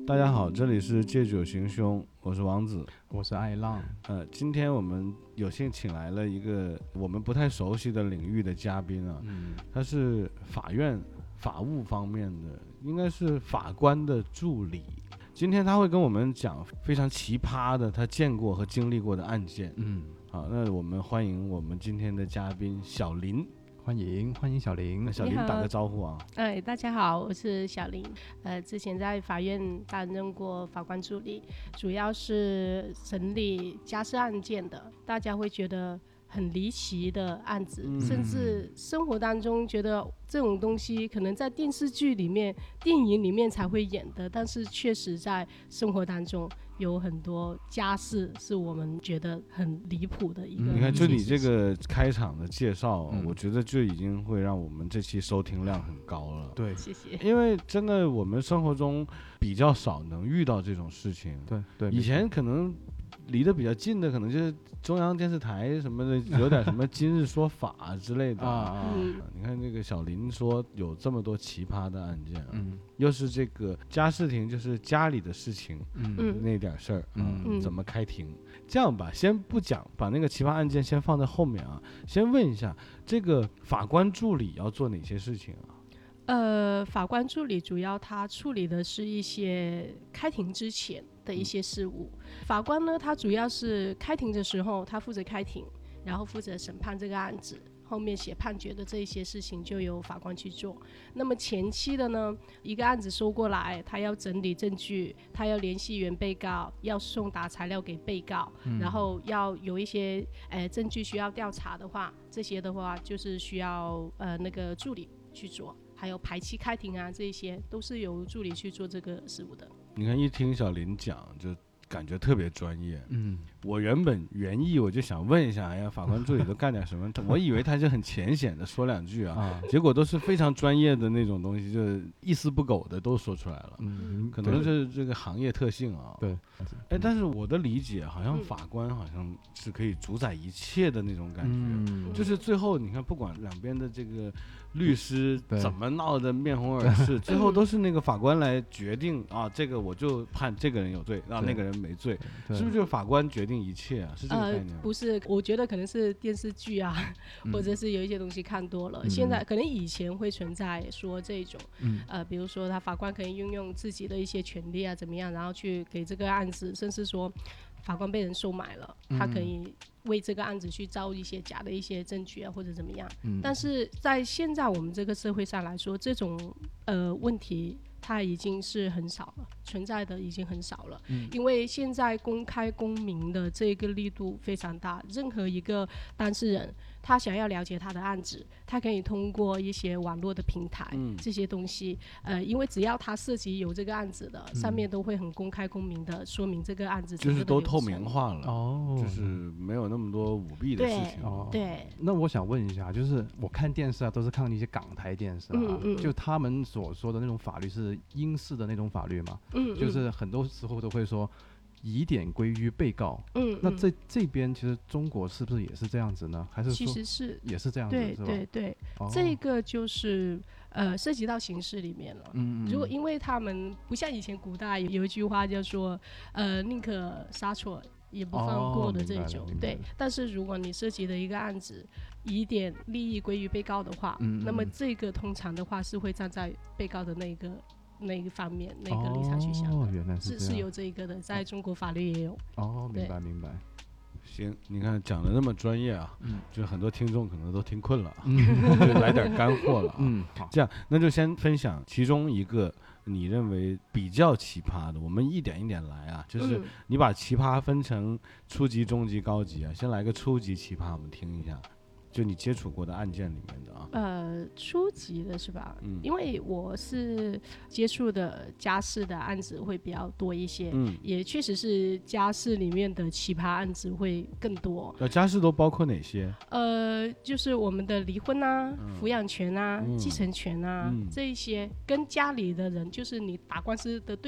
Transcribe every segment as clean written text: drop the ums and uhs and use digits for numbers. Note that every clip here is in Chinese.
大家好，这里是借酒行凶，我是王子， 我是爱浪。 今天我们有幸请来了一个我们不太熟悉的领域的嘉宾啊，他是法院法务方面的，应该是法官的助理。今天他会跟我们讲非常奇葩的他见过和经历过的案件。好，那我们欢迎我们今天的嘉宾小林。 欢迎小林。 小林打个招呼啊。 大家好，我是小林。之前在法院担任过法官助理，主要是审理家事案件的，大家会觉得很离奇的案子，甚至生活当中觉得这种东西可能在电视剧里面、电影里面才会演的，但是确实在生活当中有很多家事是我们觉得很离谱的一个。 你看，就你这个开场的介绍，我觉得就已经会让我们这期收听量很高了。 对， 谢谢。 因为真的我们生活中比较少能遇到这种事情。 对， 以前可能离得比较近的，可能就是中央电视台什么的，有点什么今日说法之类的你看这个小林说有这么多奇葩的案件，又是这个家事庭，就是家里的事情，那点事儿怎么开庭？这样吧，先不讲，把那个奇葩案件先放在后面啊。先问一下，这个法官助理要做哪些事情啊？ 法官助理主要他处理的是一些开庭之前的一些事务。法官呢，他主要是开庭的时候，他负责开庭，然后负责审判这个案子，后面写判决的这一些事情就由法官去做。那么前期的呢，一个案子收过来，他要整理证据，他要联系原被告，要送达材料给被告，然后要有一些证据需要调查的话，这些的话就是需要那个助理去做。还有排期开庭啊，这些都是由助理去做这个事务的。 你看，一听小林讲，就感觉特别专业。我原意我就想问一下，哎呀，法官助理都干点什么？我以为他就很浅显的说两句结果都是非常专业的那种东西，就一丝不苟的都说出来了。可能是这个行业特性啊。 对。 但是我的理解，好像法官好像是可以主宰一切的那种感觉。就是最后你看，不管两边的这个律师怎么闹得面红耳赤，最后都是那个法官来决定啊，这个我就判这个人有罪，让那个人没罪，是不是就是法官决定一切啊？是这个概念？ 不是，我觉得可能是电视剧啊，或者是有一些东西看多了。现在可能以前会存在说这种，比如说他法官可以运用自己的一些权利啊，怎么样，然后去给这个案子，甚至说法官被人收买了，他可以为这个案子去造一些假的一些证据啊，或者怎么样。但是在现在我们这个社会上来说，这种问题它已经是很少了，存在的已经很少了。因为现在公开公明的这个力度非常大，任何一个当事人他想要了解他的案子，他可以通过一些网络的平台，这些东西因为只要他涉及有这个案子的，上面都会很公开公明的说明这个案子就是都透明化了就是没有那么多舞弊的事情。 对。 那我想问一下，就是我看电视都是看一些港台电视就他们所说的那种法律是英式的那种法律嘛，就是很多时候都会说疑点归于被告。那这边其实中国是不是也是这样子呢？还是说其实是也是这样子？ 对，这个就是涉及到刑事里面了。如果因为他们不像以前古代有一句话叫做宁可杀错也不放过的这种。对。但是如果你涉及的一个案子疑点利益归于被告的话，那么这个通常的话是会站在被告的那个方面那个立场去想的。 原来是这样。 是有这个的，在中国法律也有。 明白。 行，你看讲的那么专业啊，就很多听众可能都听困了就来点干货了好，这样那就先分享其中一个你认为比较奇葩的，我们一点一点来啊，就是你把奇葩分成初级、中级、高级啊，先来个初级奇葩，我们听一下。就你接触过的案件里面的初级的是吧？因为我是接触的家事的案子会比较多一些，也确实是家事里面的奇葩案子会更多。 家事都包括哪些？ 就是我们的离婚啊、抚养权啊、继承权啊，这一些跟家里的人，就是你打官司的对象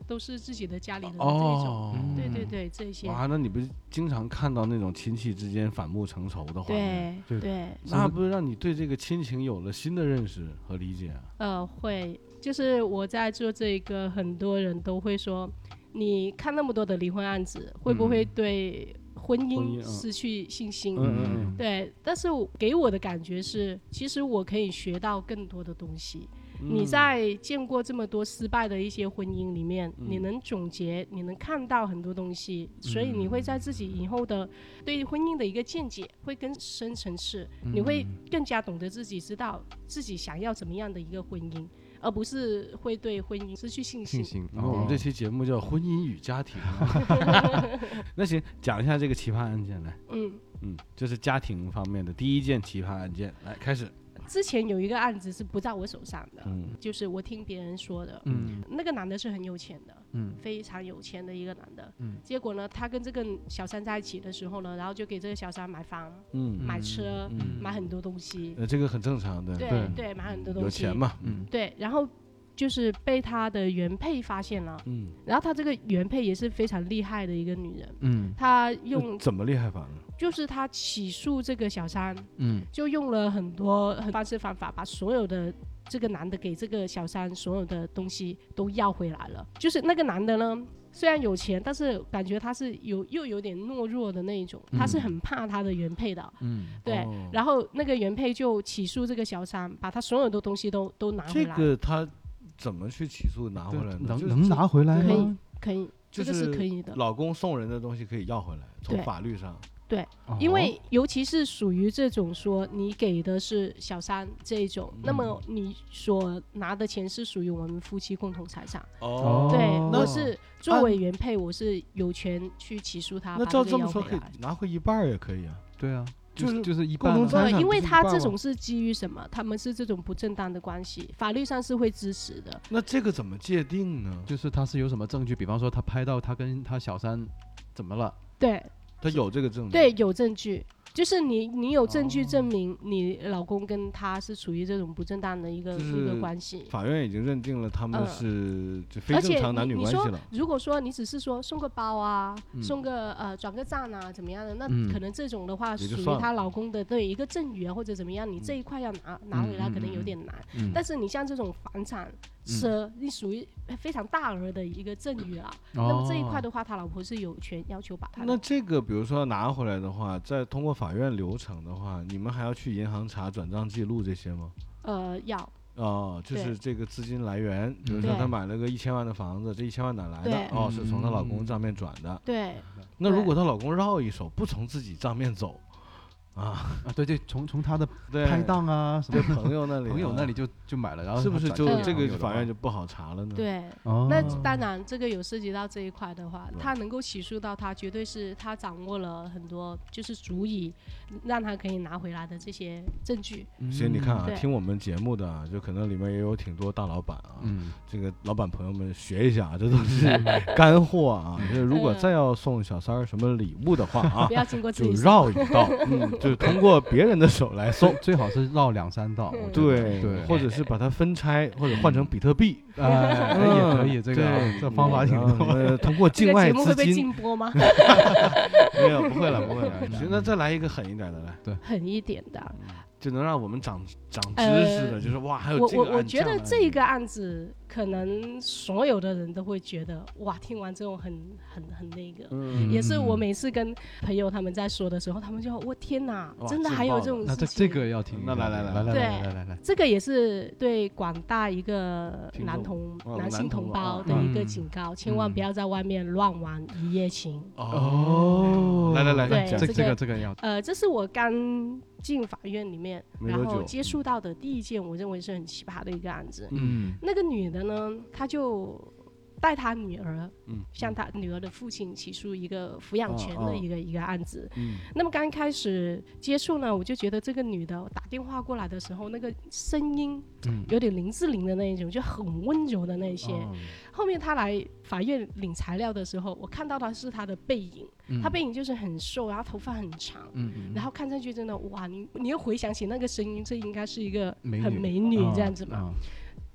都是自己的家里人的这种，对对对，这些。 哇，那你不是经常看到那种亲戚之间反目成仇的画面？ 对， 那不是让你对这个亲情有了新的认识和理解啊？ 会，就是我在做这个，很多人都会说，你看那么多的离婚案子，会不会对婚姻失去信心？对，但是给我的感觉是，其实我可以学到更多的东西。你在见过这么多失败的一些婚姻里面，你能总结，你能看到很多东西，所以你会在自己以后的对婚姻的一个见解会更深层次，你会更加懂得自己，知道自己想要怎么样的一个婚姻，而不是会对婚姻失去信心。 我们这期节目叫《婚姻与家庭》那行，讲一下这个奇葩案件来。这是家庭方面的第一件奇葩案件，来开始。 之前有一个案子是不在我手上的，就是我听别人说的，那个男的是很有钱的，非常有钱的一个男的，结果呢，他跟这个小三在一起的时候呢，然后就给这个小三买房，买车，买很多东西， 这个很正常的， 对，买很多东西， 有钱嘛， 对，然后就是被他的原配发现了，然后他这个原配也是非常厉害的一个女人，她用怎么厉害法呢？ 就是他起诉这个小三，就用了很多方式方法，把所有的这个男的给这个小三所有的东西都要回来了。就是那个男的呢，虽然有钱，但是感觉他是又有点懦弱的那一种，他是很怕他的原配的，对。然后那个原配就起诉这个小三，把他所有的东西都拿回来。 这个他怎么去起诉拿回来呢？ 能拿回来吗？ 可以，这个是可以的。 老公送人的东西可以要回来，从法律上。 对，因为尤其是属于这种说你给的是小三这一种，那么你所拿的钱是属于我们夫妻共同财产。对，我是作为原配，我是有权去起诉他。 那照这么说，可以拿回一半也可以啊。 对啊， 就是一半。 因为他这种是基于什么？他们是这种不正当的关系，法律上是会支持的。 那这个怎么界定呢？ 就是他是有什么证据？比方说他拍到他跟他小三怎么了？ 对。 他有这个证据， 对，有证据，就是你有证据证明你老公跟他是处于这种不正当的一个关系。 法院已经认定了他们是就非正常男女关系了。 而且你说，如果说你只是说送个包啊，送个转个账啊，怎么样的，那可能这种的话属于她老公的对一个赠与啊，或者怎么样，你这一块要拿回来可能有点难。但是你像这种房产车，你属于非常大额的一个赠与啊，那么这一块的话，他老婆是有权要求把他。 那这个比如说拿回来的话，再通过法院流程的话，你们还要去银行查转账记录这些吗？ 要。 就是这个资金来源，比如说她买了个1000万的房子，这1000万哪来的？是从她老公账面转的。 对。 那如果她老公绕一手，不从自己账面走？ 对，从他的拍档啊，什么朋友那里就买了，然后是不是就这个法院就不好查了呢？ 对，那当然这个有涉及到这一块的话，他能够起诉到他，绝对是他掌握了很多，就是足以让他可以拿回来的这些证据。 所以你看啊，听我们节目的就可能里面也有挺多大老板啊，这个老板朋友们学一下，这都是干货啊。就是如果再要送小三儿什么礼物的话啊， 不要经过自己就绕一道，就是通过别人的手来送， 最好是绕2-3道。 对，或者是把它分拆，或者换成比特币， 也可以。这方法挺多。 通过境外资金。这个节目会被禁播吗？ 没有，不会了。行，那再来一个狠一点的来。 对， 狠一点的。 就能让我们长知识的，就是哇，还有这个案件。 我觉得这个案子可能所有的人都会觉得哇，听完之后很那个，也是我每次跟朋友他们在说的时候，他们就我天哪，真的还有这种事情。 那这个要听， 那来， 这个也是对广大一个男性同胞的一个警告，千万不要在外面乱玩一夜情。 来， 这个要。 这是我刚进法院里面，然后接触到的第一件我认为是很奇葩的一个案子。那个女的呢，她就带她女儿，向她女儿的父亲起诉一个抚养权的一个案子。那么刚开始接触呢，我就觉得这个女的打电话过来的时候，那个声音有点林志玲的那一种，就很温柔的那些。后面她来法院领材料的时候，我看到的是她的背影，她背影就是很瘦，然后头发很长，然后看上去真的哇，你又回想起那个声音，这应该是一个很美女这样子嘛。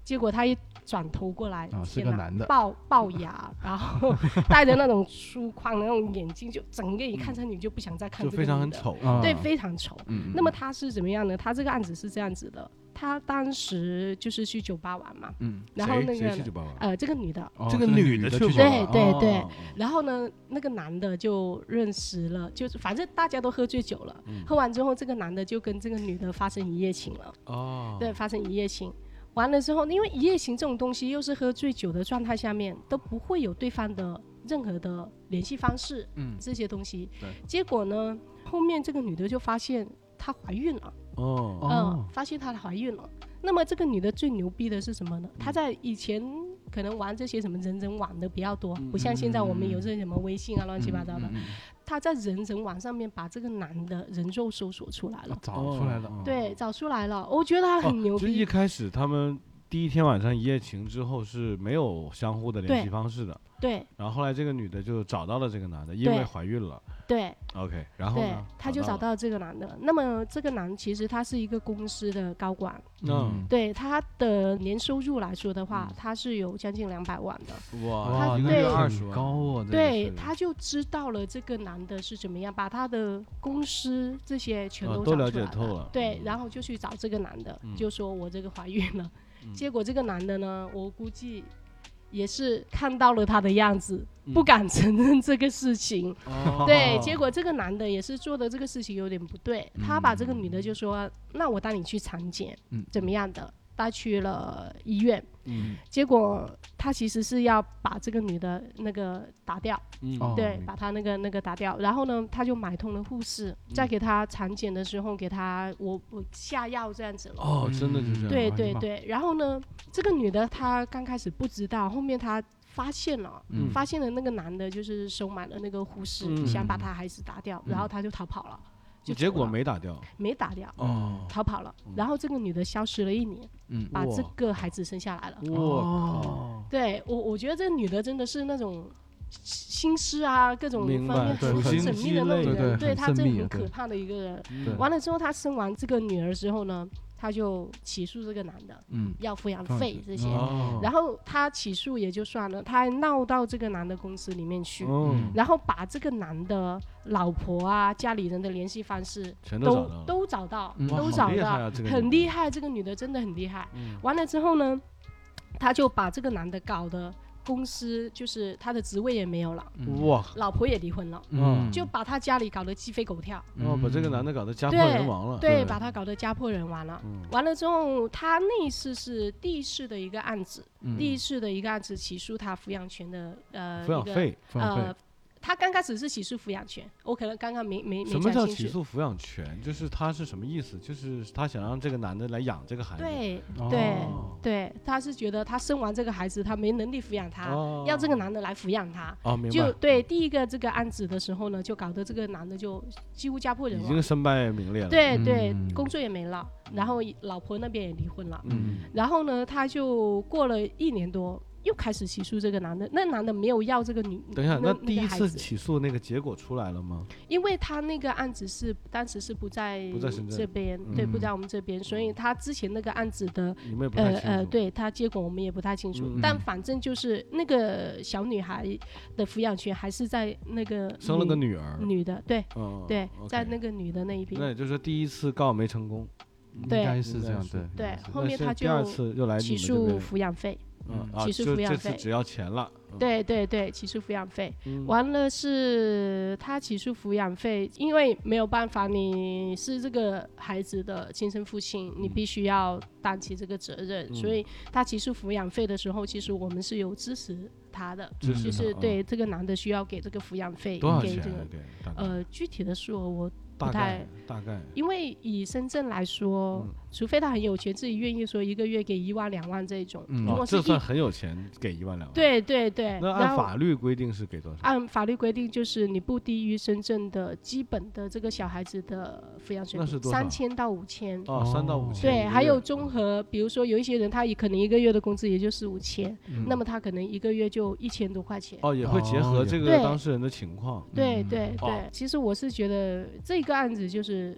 结果他一转头过来， 是个男的， 龅牙，然后戴着那种粗框的那种眼镜，就整个一看上去就不想再看这个女的， 就非常很丑， 对，非常丑。那么他是怎么样呢？他这个案子是这样子的，他当时就是去酒吧玩嘛，然后那个这个女的， 这个女的去玩， 对，然后呢，那个男的就认识了，就是反正大家都喝醉酒了，喝完之后，这个男的就跟这个女的发生一夜情了，对，发生一夜情。完了之后，因为一夜情这种东西又是喝醉酒的状态下面都不会有对方的任何的联系方式，这些东西。结果呢，后面这个女的就发现她怀孕了，发现她怀孕了。那么这个女的最牛逼的是什么呢？她在以前可能玩这些什么人人网的比较多，不像现在我们有这些什么微信啊乱七八糟的。她在人人网上面把这个男的人肉搜索出来了， 找出来了， 对，找出来了。我觉得她很牛逼。 就一开始他们第一天晚上一夜情之后是没有相互的联系方式的， 对。 然后后来这个女的就找到了这个男的，因为怀孕了。 对 ，OK， 然后呢？ 他就找到这个男的。那么这个男其实他是一个公司的高管，对他的年收入来说的话，他是有将近200万的。 哇，一个月20万， 高哦。 对，他就知道了这个男的是怎么样，把他的公司这些全都了解透了。 对，然后就去找这个男的，就说我这个怀孕了。结果这个男的呢，我估计也是看到了他的样子，不敢承认这个事情。对，结果这个男的也是做的这个事情有点不对，他把这个女的就说，那我带你去产检，怎么样的，带去了医院。结果他其实是要把这个女的那个打掉，对，把他那个打掉。然后呢，他就买通了护士，在给他产检的时候给他我下药这样子了。 真的就这样。 对。然后呢，这个女的她刚开始不知道，后面她发现了那个男的就是收买了那个护士，想把他孩子打掉，然后他就逃跑了。 结果没打掉， 逃跑了。然后这个女的消失了1年，把这个孩子生下来了。对，我觉得这个女的真的是那种心思啊，各种方面很缜密的那种人，对，她真的很可怕的一个人。完了之后，她生完这个女儿之后呢，他就起诉这个男的，要抚养费这些，然后他起诉也就算了，他还闹到这个男的公司里面去，然后把这个男的老婆啊、家里人的联系方式都找到，很厉害，这个女的真的很厉害。完了之后呢，他就把这个男的搞得公司就是他的职位也没有了，老婆也离婚了，就把他家里搞得鸡飞狗跳， 把这个男的搞得家破人亡了， 对，把他搞得家破人亡了。完了之后，他那一次是第一次的一个案子，起诉他抚养权的抚养费， 他刚开始是起诉抚养权，我可能刚刚没讲清楚。 什么叫起诉抚养权？就是他是什么意思？就是他想让这个男的来养这个孩子。 对，他是觉得他生完这个孩子，他没能力抚养他，要这个男的来抚养他。 明白。 就对第一个这个案子的时候呢，就搞得这个男的就几乎家破人亡， 已经身败名裂了。 对，工作也没了，然后老婆那边也离婚了。然后呢，他就过了1年多。又开始起诉这个男的，那男的没有要这个女。 等一下，那第一次起诉那个结果出来了吗？ 因为他那个案子是当时是不在深圳这边，对，不在我们这边，所以他之前那个案子的你们也不太清楚， 对他结果我们也不太清楚，但反正就是那个小女孩的抚养权还是在那个生了个女儿， 女的，对，在那个女的那一边。 那也就是说第一次告没成功， 应该是这样的。 对，后面他就第二次又来起诉抚养费。起诉抚养费， 这次只要钱了。 对，起诉抚养费，完了是他起诉抚养费，因为没有办法，你是这个孩子的亲生父亲，你必须要担起这个责任，所以他起诉抚养费的时候，其实我们是有支持他的，就是对这个男的需要给这个抚养费， 多少钱？ 具体的数我大概， 因为以深圳来说，除非他很有钱，自己愿意说1个月给1万2万这种， 这算很有钱，给1万2万。 对。 那按法律规定是给多少？ 按法律规定就是你不低于深圳的基本的这个小孩子的抚养水平， 那是多少 ？3000到5000。 3到5千。 对，还有综合，比如说有一些人他可能1个月的工资也就4、5千，那么他可能1个月就1000多块钱。 也会结合这个当事人的情况。 对，其实我是觉得这个案子就是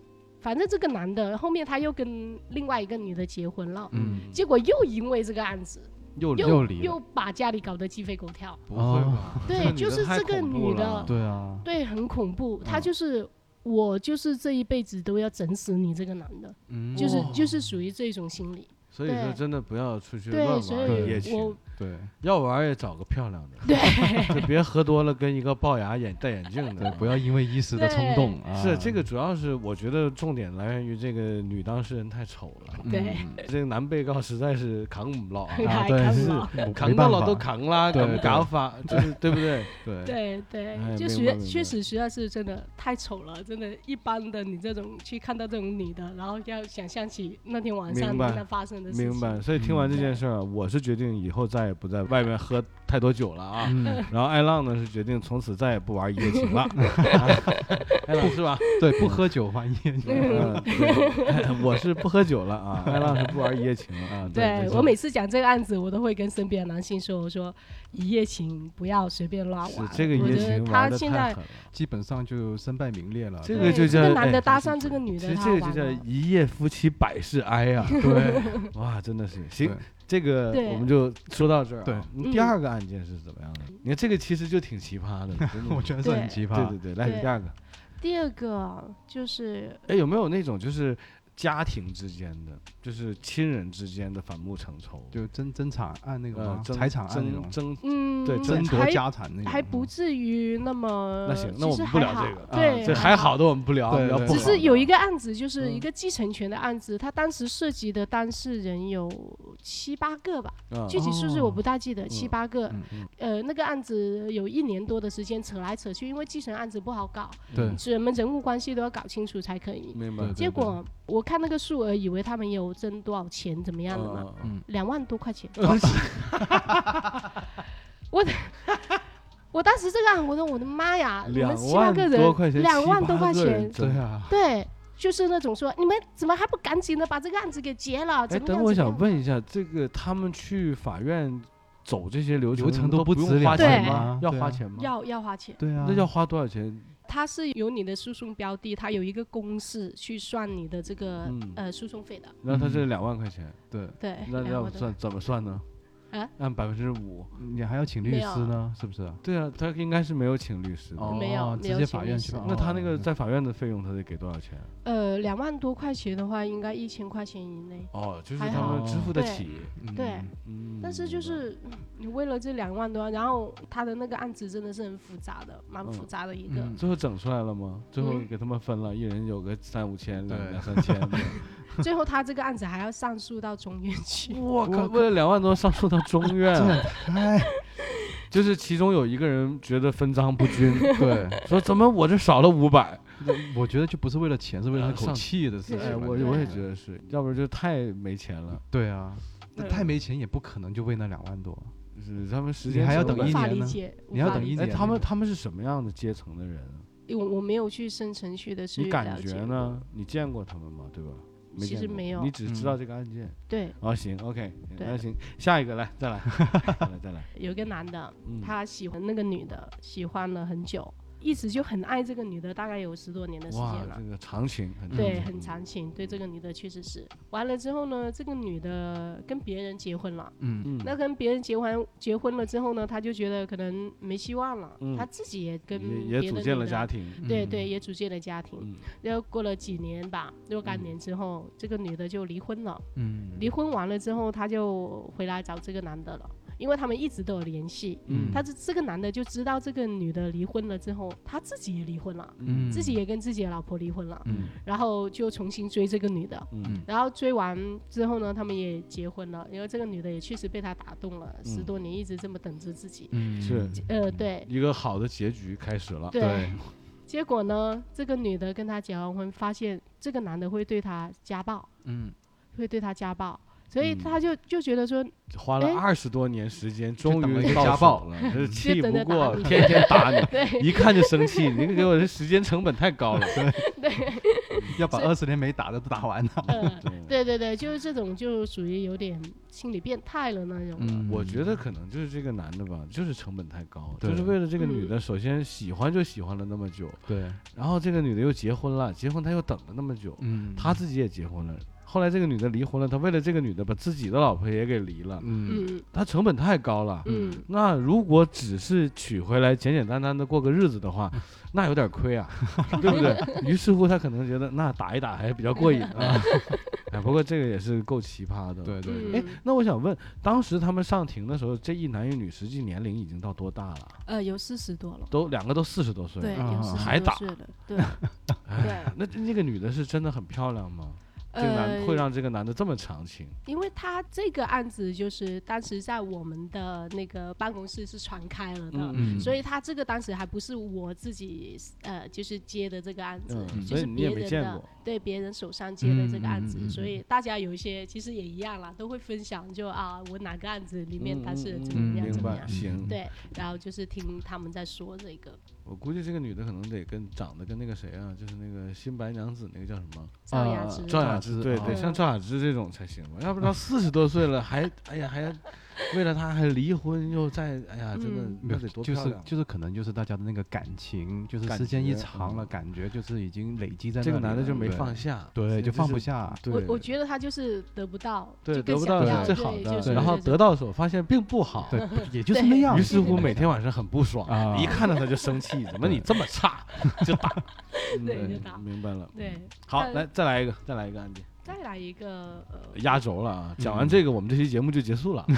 反正这个男的后面他又跟另外一个女的结婚了，结果又因为这个案子又把家里搞得鸡飞狗跳。 不会吧？ 对，就是这个女的， 对啊， 对，很恐怖。她就是我，就是这一辈子都要整死你这个男的，就是属于这种心理。 所以说真的不要出去乱玩一夜情。 对， 要玩也找个漂亮的， 对， 就别喝多了跟一个龅牙戴眼镜的， 不要因为一时的冲动。 是这个主要是我觉得重点来源于这个女当事人太丑了， 对， 这个男被告实在是扛不了啊， 对， 是扛到了都扛啦，怎么搞法？就是对不对？ 对，就确实实在是真的太丑了，真的，一般的你这种去看到这种女的，然后要想象起那天晚上跟她发生的事情。 明白。所以听完这件事儿，我是决定以后再也不在外面喝太多酒了啊。然后艾浪呢是决定从此再也不玩一夜情了。艾浪是吧？ 对，不喝酒玩一夜情。 我是不喝酒了啊，艾浪是不玩一夜情了啊。 对，我每次讲这个案子，我都会跟身边的男性说，我说一夜情不要随便乱玩。 这个一夜情玩得太狠了， 基本上就身败名裂了。 这个就叫这个男的搭上这个女的， 其实这个就叫一夜夫妻百事哀啊。对，哇，真的是行。这个我们就说到这儿。 对， 第二个案件是怎么样的？你看这个其实就挺奇葩的， 我觉得是很奇葩。 对，来第二个。 第二个就是， 有没有那种就是家庭之间的，就是亲人之间的反目成仇， 就争产案那种财产案那种争夺家产那种， 还不至于那么。 那行，那我们不聊这个， 对， 这还好的我们不聊， 只是有一个案子，就是一个继承权的案子，他当时涉及的当事人有7、8个吧，具体数字我不大记得，7、8个。那个案子有1年多的时间扯来扯去，因为继承案子不好搞， 对， 什么人物关系都要搞清楚才可以。 明白。 结果我看那个数额，以为他们有争多少钱，怎么样的嘛？2万多块钱。我当时这个案，我说我的妈呀，你们7、8个人2万多块钱，对，就是那种说你们怎么还不赶紧的把这个案子给结了？ 等我想问一下，这个他们去法院走这些流程都不用花钱吗？要花钱吗？ 要花钱。 对啊， 那要花多少钱？ 它是有你的诉讼标的，它有一个公式去算你的这个诉讼费的。 然后它是2万块钱， 对， 那要怎么算呢？按5%， 你还要请律师呢，是不是？ 对啊，他应该是没有请律师的， 没有直接法院去吧。 那他那个在法院的费用，他得给多少钱 ？2万多块钱的话，应该1000块钱以内。 就是他们支付得起。 对，但是就是你为了这2万多，然后他的那个案子真的是很复杂的，蛮复杂的一个。 最后整出来了吗？最后给他们分了，一人有个3、5千、2、3千。 最后他这个案子还要上诉到中院去。 我靠！为了2万多上诉到中院，就是其中有一个人觉得分赃不均， 对， 说怎么我这少了500？ 我觉得就不是为了钱，是为了那口气的事情。 我也觉得是，要不然就太没钱了。 对啊，那太没钱也不可能就为那2万多。 是他们时间还要等1年呢，你要等1年。 他们是什么样的阶层的人？ 我没有去深程序的去了解。 你感觉呢？你见过他们吗？对吧？ 其实没有， 你只知道这个案件。 对。 行 ，OK， 那行，下一个来，再来。 有个男的，他喜欢那个女的，喜欢了很久，一直就很爱这个女的，大概有10多年的时间了。 哇，这个长情， 对，很长情，对这个女的确实是。完了之后呢，这个女的跟别人结婚了。那跟别人结婚了之后呢，他就觉得可能没希望了。他自己也跟别的也组建了家庭。 对，也组建了家庭。然后过了几年吧，若干年之后，这个女的就离婚了。离婚完了之后，他就回来找这个男的了。因为他们一直都有联系，这个男的就知道这个女的离婚了之后，他自己也离婚了，自己也跟自己的老婆离婚了，然后就重新追这个女的，然后追完之后呢，他们也结婚了，因为这个女的也确实被他打动了，10多年一直这么等着自己， 是， 对， 一个好的结局开始了， 对。结果呢，这个女的跟他结完婚，发现这个男的会对她家暴，会对她家暴。所以他就觉得说， 花了20多年时间，终于家暴了，气不过，天天打你，一看就生气，你给我这时间成本太高了。 对， 要把20年没打的都打完了。 对对对，就是这种就属于有点心理变态了那种。 我觉得可能就是这个男的吧，就是成本太高，就是为了这个女的，首先喜欢就喜欢了那么久， 对， 然后这个女的又结婚了，结婚他又等了那么久，他自己也结婚了。后来这个女的离婚了，他为了这个女的把自己的老婆也给离了，他成本太高了，那如果只是娶回来简简单单的过个日子的话，那有点亏啊，对不对？于是乎他可能觉得那打一打还是比较过瘾啊。不过这个也是够奇葩的。 对对。 那我想问，当时他们上庭的时候，这一男一女实际年龄已经到多大了？ 有40多了， 两个都40多岁， 对，有40多岁还打， 对。对。 那个女的是真的很漂亮吗？这个男会让这个男的这么长情？ 因为他这个案子就是当时在我们的那个办公室是传开了的，所以他这个当时还不是我自己就是接的这个案子，就是别人的，对，别人手上接的这个案子，所以大家有一些其实也一样啦，都会分享就我哪个案子里面他是怎么样怎么样， 行， 对，然后就是听他们在说这个。 我估计这个女的可能得长得跟那个谁啊，就是那个新白娘子那个叫什么赵雅芝， 赵雅芝，对，得像赵雅芝这种才行吧，要不然40多岁了还为了他还离婚又再真的那得多漂亮。 就是可能就是大家的那个感情，就是时间一长了，感觉就是已经累积在那里了。 这个男的就没放下， 对，就放不下。 我觉得他就是得不到， 对，得不到是最好的，然后得到的时候发现并不好， 对，也就是那样。 于是乎每天晚上很不爽，一看到他就生气，怎么你这么差，就打， 对，就打。 明白了。 对， 好，来再来一个案件。 再来一个压轴了啊！讲完这个，我们这期节目就结束了。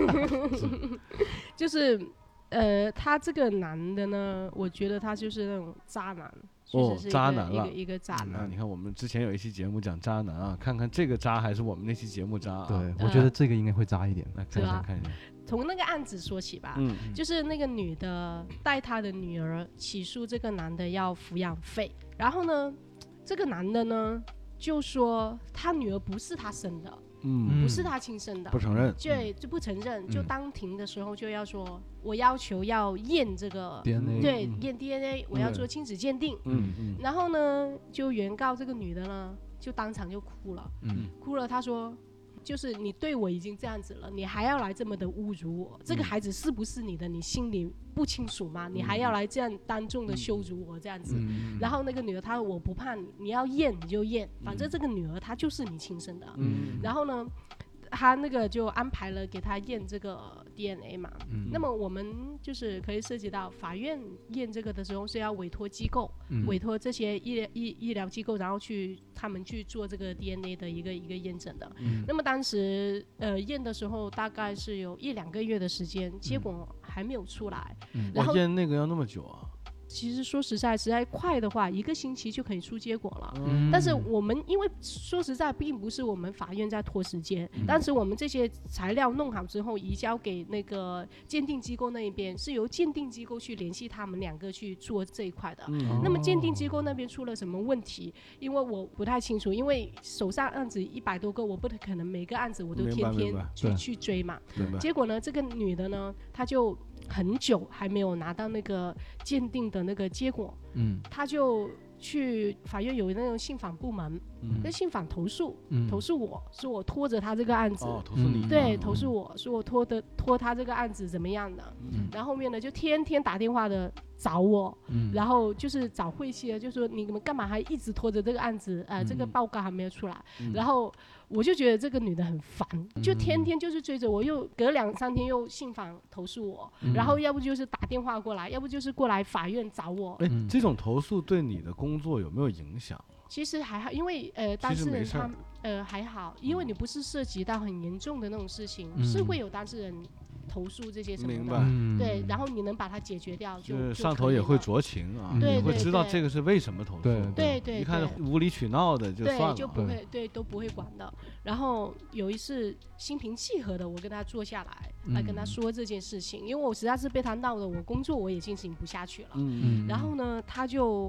就是他这个男的呢，我觉得他就是那种渣男。 渣男了， 一个渣男。 你看我们之前有一期节目讲渣男啊，看看这个渣还是我们那期节目渣啊？ 对，我觉得这个应该会渣一点。 来看一下。 从那个案子说起吧，就是那个女的带她的女儿起诉这个男的要抚养费，然后呢，这个男的呢就说他女儿不是他生的。不是他亲生的， 不承认， 就不承认，就当庭的时候就要说，我要求要验这个 DNA， 对，验 DNA， 我要做亲子鉴定，然后呢，就原告这个女的呢，就当场就哭了，哭了，她说，就是你对我已经这样子了，你还要来这么的侮辱我，这个孩子是不是你的，你心里不清楚吗？你还要来这样当众的羞辱我这样子，然后那个女儿她说我不怕你要验你就验，反正这个女儿她就是你亲生的，然后呢，他那个就安排了给他验这个 DNA 嘛，那么我们就是可以涉及到法院验这个的时候是要委托机构，委托这些医疗机构，然后他们去做这个 DNA 的一个验证的。那么当时验的时候大概是有1-2个月的时间，结果还没有出来。然后验那个要那么久啊？ 其实说实在快的话，1个星期就可以出结果了。但是我们因为说实在，并不是我们法院在拖时间，但是我们这些材料弄好之后，移交给那个鉴定机构那一边，是由鉴定机构去联系他们2个去做这一块的。那么鉴定机构那边出了什么问题？因为我不太清楚，因为手上案子100多个，我不可能每个案子我都天天去追嘛。结果呢，这个女的呢，她就很久还没有拿到那个鉴定的那个结果，他就去法院有那种信访部门，那信访投诉我说我拖着他这个案子， 投诉你， 对，投诉我说我拖他这个案子怎么样的，然后后面呢就天天打电话的找我，然后就是找慧熙，就说你们干嘛还一直拖着这个案子，这个报告还没有出来，然后我就觉得这个女的很烦，就天天就是追着我，又隔2-3天又信访投诉我，然后要不就是打电话过来，要不就是过来法院找我。 这种投诉对你的工作有没有影响？ 其实还好，因为当事人他还好，因为你不是涉及到很严重的那种事情，是会有当事人投诉这些什么的， 明白？ 对，然后你能把它解决掉， 就是上头也会酌情啊， 对， 会知道这个是为什么投诉， 对， 一看无理取闹的就算了， 就不会，对，都不会管的。然后有一次心平气和的，我跟他坐下来跟他说这件事情，因为我实在是被他闹的，我工作我也进行不下去了。然后呢，他就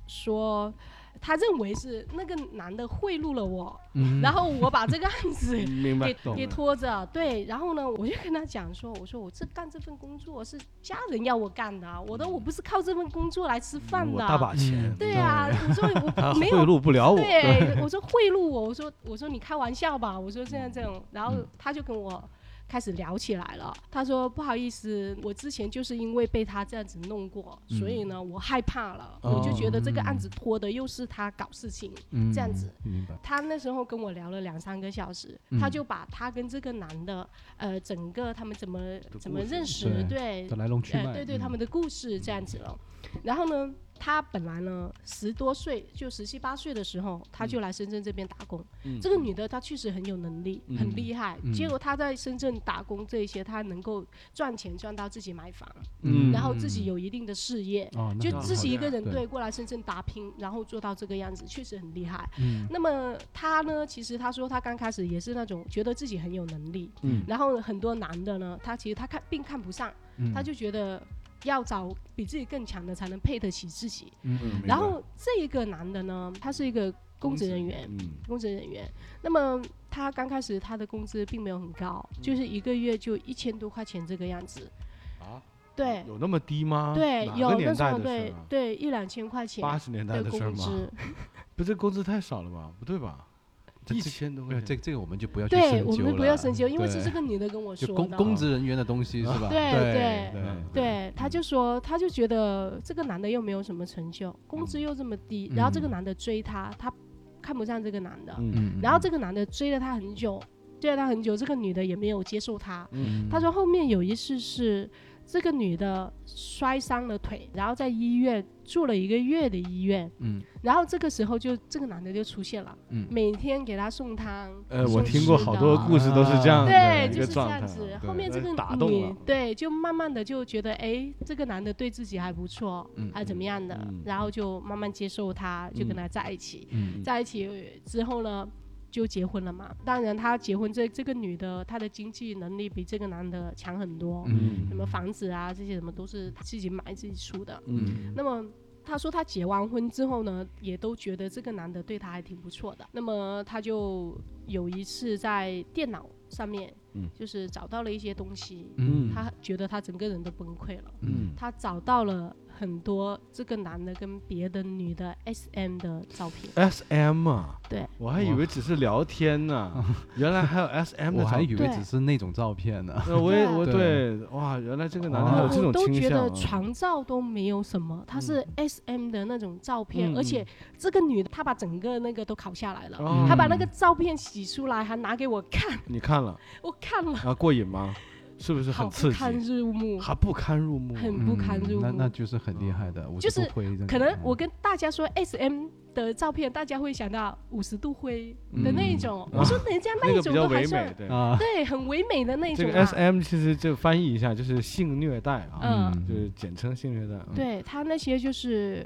说。他认为是那个男的贿赂了我，然后我把这个案子给拖着，对，然后呢，我就跟他讲说，我说我干这份工作是家人要我干的，我不是靠这份工作来吃饭的， 我大把钱， 对啊，我说我没有贿赂不了我， 对，我说贿赂我说你开玩笑吧，我说现在这种，然后他就跟我开始聊起来了。他说不好意思，我之前就是因为被他这样子弄过，所以呢我害怕了，我就觉得这个案子拖的又是他搞事情，这样子。他那时候跟我聊了2-3个小时，他就把他跟这个男的整个他们怎么认识，对的来龙去脉， 对他们的故事这样子了。然后呢，他本来呢10多岁，就17、18岁的时候，他就来深圳这边打工。这个女的她确实很有能力，很厉害。结果她在深圳打工这些，她能够赚钱赚到自己买房，然后自己有一定的事业，就自己一个人过来深圳打拼，然后做到这个样子，确实很厉害。那么她呢，其实她说她刚开始也是那种觉得自己很有能力，然后很多男的呢，他其实他并看不上，他就觉得要找比自己更强的才能配得起自己。然后这一个男的呢，他是一个公职人员，那么他刚开始他的工资并没有很高，就是1个月就1000多块钱这个样子。对， 有那么低吗？ 对，有那时候对 1-2千块钱 ，80年代的事吗？不是工资太少了吧？不对吧？1000多块钱， 这个我们就不要去深究了。 对，我们不要深究，因为是这个女的跟我说的。 公职人员的东西是吧？ 对，他就说，他就觉得这个男的又没有什么成就，工资又这么低，然后这个男的追他看不上这个男的，然后这个男的追了他很久，这个女的也没有接受他。他说后面有一次是这个女的摔伤了腿，然后在医院住了1个月的医院，然后这个时候这个男的就出现了，每天给他送汤。 我听过好多故事都是这样的， 对，就是这样子。后面这个女就慢慢的就觉得，这个男的对自己还不错，还怎么样的，然后就慢慢接受他，就跟他在一起。在一起之后呢，就结婚了嘛。当然他结婚这个女的她的经济能力比这个男的强很多，什么房子啊这些什么都是自己买自己出的。那么他说他结完婚之后呢，也都觉得这个男的对他还挺不错的。那么他就有一次在电脑上面就是找到了一些东西，他觉得他整个人都崩溃了。他找到了很多这个男的跟别的女的 SM 的照片。 SM 啊？ 对， 我还以为只是聊天呢，原来还有 SM 的照片。 我还以为只是那种照片呢。 对，哇，原来这个男的还有这种倾向。 我都觉得床照都没有什么，他是 SM 的那种照片，而且这个女的她把整个那个都拷下来了，她把那个照片洗出来还拿给我看。 你看了？ 我看了。 啊，过瘾吗？是不是很刺激？ 不堪入目， 还不堪入目， 很不堪入目。 那就是很厉害的， 就是可能我跟大家说 SM 的照片，大家会想到50度灰的那一种。我说人家那种都还算对，很唯美的那种。 这个 SM 其实就翻译一下就是性虐待啊，就是简称性虐待。 对他那些就是，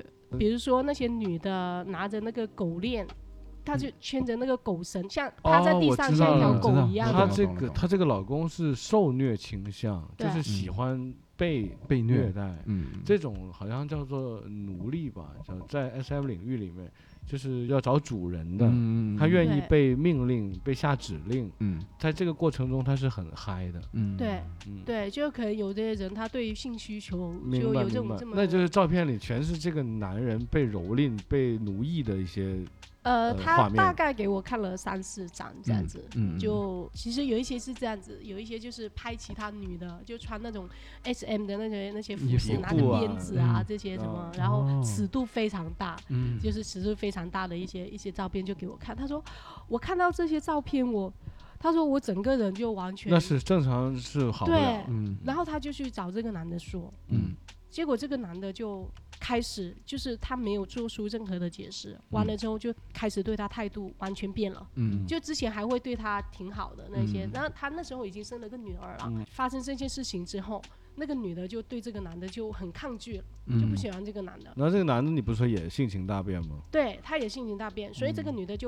比如说那些女的拿着那个狗链。他就牵着那个狗绳，像趴在地上像一条狗一样。 她这个老公是受虐倾向，就是喜欢被虐待。这种好像叫做奴隶吧，在 SM 领域里面，就是要找主人的。他愿意被命令、被下指令。在这个过程中他是很嗨的。 对，就可能有这些人，他对于性需求就有这么。 那就是照片里全是这个男人被蹂躏、被奴役的一些。 他大概给我看了3-4张这样子，就其实有一些是这样子，有一些就是拍其他女的，就穿那种 SM 的那些服饰，拿着鞭子啊这些什么，然后尺度非常大，就是尺度非常大的一些照片就给我看。他说我看到这些照片，他说我整个人就完全那是正常是好不了。 对，然后他就去找这个男的说，结果这个男的就开始，就是他没有做出任何的解释，完了之后就开始对他态度完全变了。就之前还会对他挺好的那些，然后他那时候已经生了个女儿了。发生这件事情之后，那个女的就对这个男的就很抗拒了，就不喜欢这个男的。 然后这个男的你不是说也性情大变吗？ 对，他也性情大变，所以这个女的就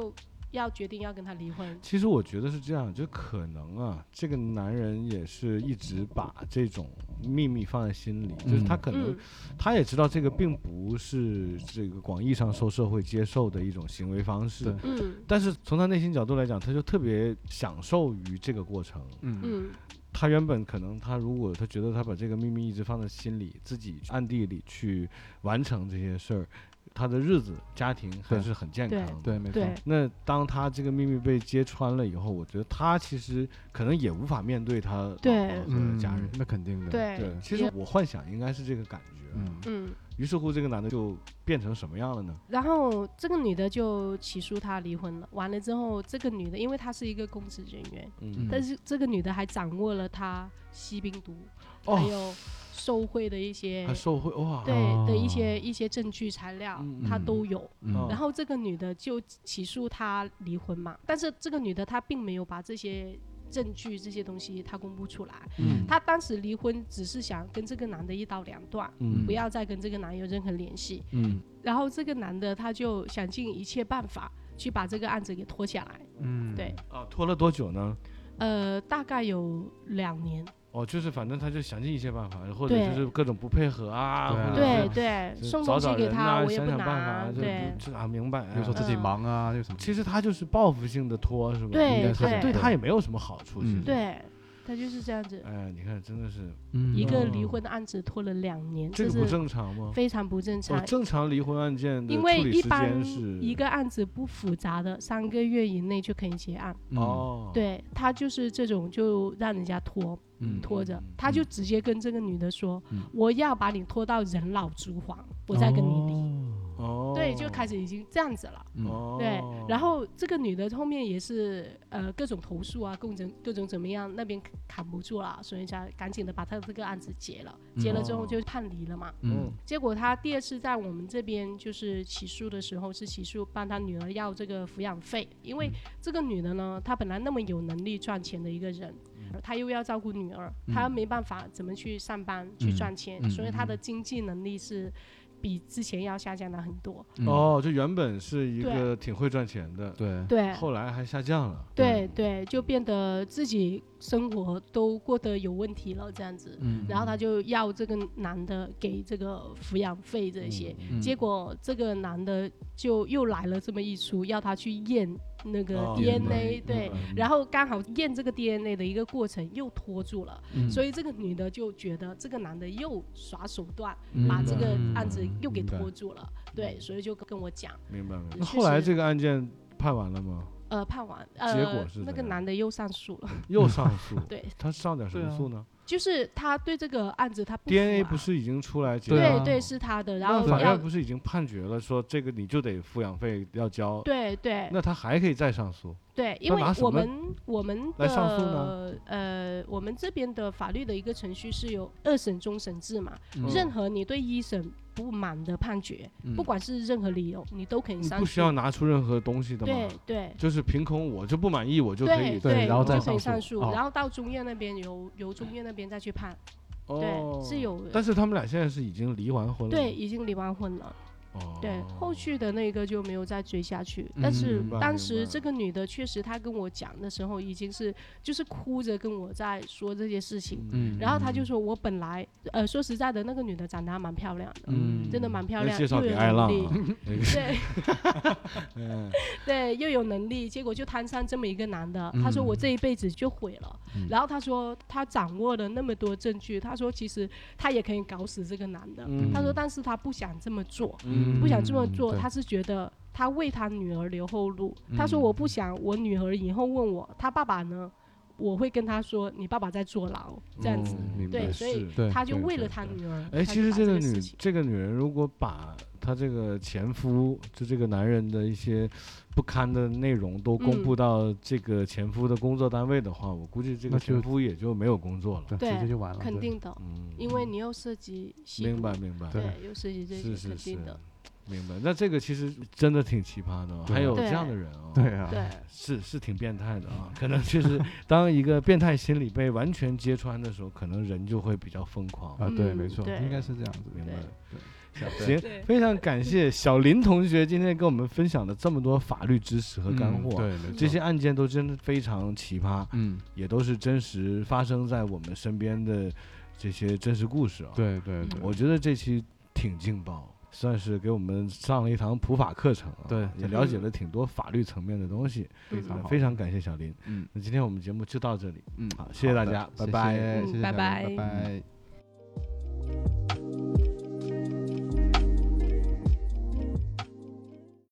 要决定要跟他离婚。 其实我觉得是这样，就可能啊，这个男人也是一直把这种秘密放在心里，就是他可能他也知道这个并不是这个广义上受社会接受的一种行为方式，但是从他内心角度来讲，他就特别享受于这个过程。他原本可能如果他觉得他把这个秘密一直放在心里，自己暗地里去完成这些事儿，他的日子家庭还是很健康的。 对，没错。 那当他这个秘密被揭穿了以后，我觉得他其实可能也无法面对他老婆和家人。 那肯定的。 对， 其实我幻想应该是这个感觉。于是乎这个男的就变成什么样了呢？ 然后这个女的就起诉他离婚了。完了之后，这个女的因为她是一个公职人员，但是这个女的还掌握了她吸冰毒，还有受贿的一些， 还受贿哇， 对的一些证据材料，她都有。然后这个女的就起诉他离婚嘛，但是这个女的她并没有把这些证据这些东西他公布出来。他当时离婚只是想跟这个男的一刀两断，不要再跟这个男有任何联系。然后这个男的他就想尽一切办法去把这个案子给拖下来。对。 拖了多久呢？ 大概有2年。 就是反正他就想尽一切办法，或者就是各种不配合啊， 对，送东西给他我也不拿，对， 明白， 就说自己忙啊，就什么。 其实他就是报复性的拖，是吧？ 对， 对他也没有什么好处， 对。他就是这样子。 你看，真的是一个离婚案子拖了2年， 这个不正常吗？ 非常不正常。 正常离婚案件的因为一般是一个案子不复杂的3个月以内就可以结案。对，他就是这种就让人家拖着，他就直接跟这个女的说，我要把你拖到人老珠黄，我再跟你离。对，就开始已经这样子了。对，然后这个女的后面也是各种投诉啊，各种怎么样，那边扛不住了，所以才赶紧的把他这个案子结了。结了之后就判离了嘛。结果他第2次在我们这边就是起诉的时候，是起诉帮他女儿要这个抚养费，因为这个女的呢，她本来那么有能力赚钱的一个人，她又要照顾女儿，她没办法怎么去上班去赚钱，所以她的经济能力是比之前要下降了很多。 就原本是一个挺会赚钱的， 对， 后来还下降了。 对，就变得自己生活都过得有问题了这样子。然后他就要这个男的给这个抚养费这些，结果这个男的就又来了这么一出，要他去验那个 DNA，对，然后刚好验这个 DNA 的一个过程又拖住了，所以这个女的就觉得这个男的又耍手段，把这个案子又给拖住了。对，所以就跟我讲。 明白。那后来这个案件判完了吗？ 判完。 结果是那个男的又上诉了。 又上诉？ 对。 他上点什么诉呢？ 就是他对这个案子他不服 DNA 不是已经出来？ 对，是他的。然后法院不是已经判决了，说这个你就得抚养费要交？ 对。 那他还可以再上诉？ 对，因为我们来上诉呢？ 我们这边的法律的一个程序是有2审终审制嘛。任何你对1审不满的判决，不管是任何理由，你都可以上诉。 你不需要拿出任何东西的吗？ 对， 就是凭空我就不满意，我就可以然后再就可以上诉，然后到中院那边由中院那边再去判。对，是有的。 但是他们俩现在是已经离完婚了。 对，已经离完婚了。对，后续的那个就没有再追下去。但是当时这个女的确实，她跟我讲的时候已经是就是哭着跟我在说这些事情。然后她就说我本来说实在的，那个女的长得还蛮漂亮的，真的蛮漂亮，又有能力。对，对，又有能力，结果就摊上这么一个男的。她说我这一辈子就毁了。然后她说她掌握了那么多证据，她说其实她也可以搞死这个男的。她说但是她不想这么做。不想这么做，他是觉得他为他女儿留后路。他说我不想我女儿以后问我他爸爸呢，我会跟他说你爸爸在坐牢这样子。对，所以他就为了他女儿。 其实这个女人如果把她这个前夫就这个男人的一些不堪的内容都公布到这个前夫的工作单位的话，我估计这个前夫也就没有工作了， 对， 直接就完了。 肯定的，因为你又涉及吸毒， 明白。 对，又涉及这些，肯定的。 明白。那这个其实真的挺奇葩的，还有这样的人啊。 对啊， 对， 是挺变态的啊。可能确实，当一个变态心理被完全揭穿的时候，可能人就会比较疯狂啊。对，没错，应该是这样子。 明白。 对。 行，非常感谢小林同学今天跟我们分享了这么多法律知识和干货。 对， 这些案件都真的非常奇葩，也都是真实发生在我们身边的这些真实故事啊。 对， 我觉得这期挺劲爆，算是给我们上了一堂普法课程啊。 对， 也了解了挺多法律层面的东西。非常感谢小林。那今天我们节目就到这里。好，谢谢大家，拜拜， 谢谢，拜拜。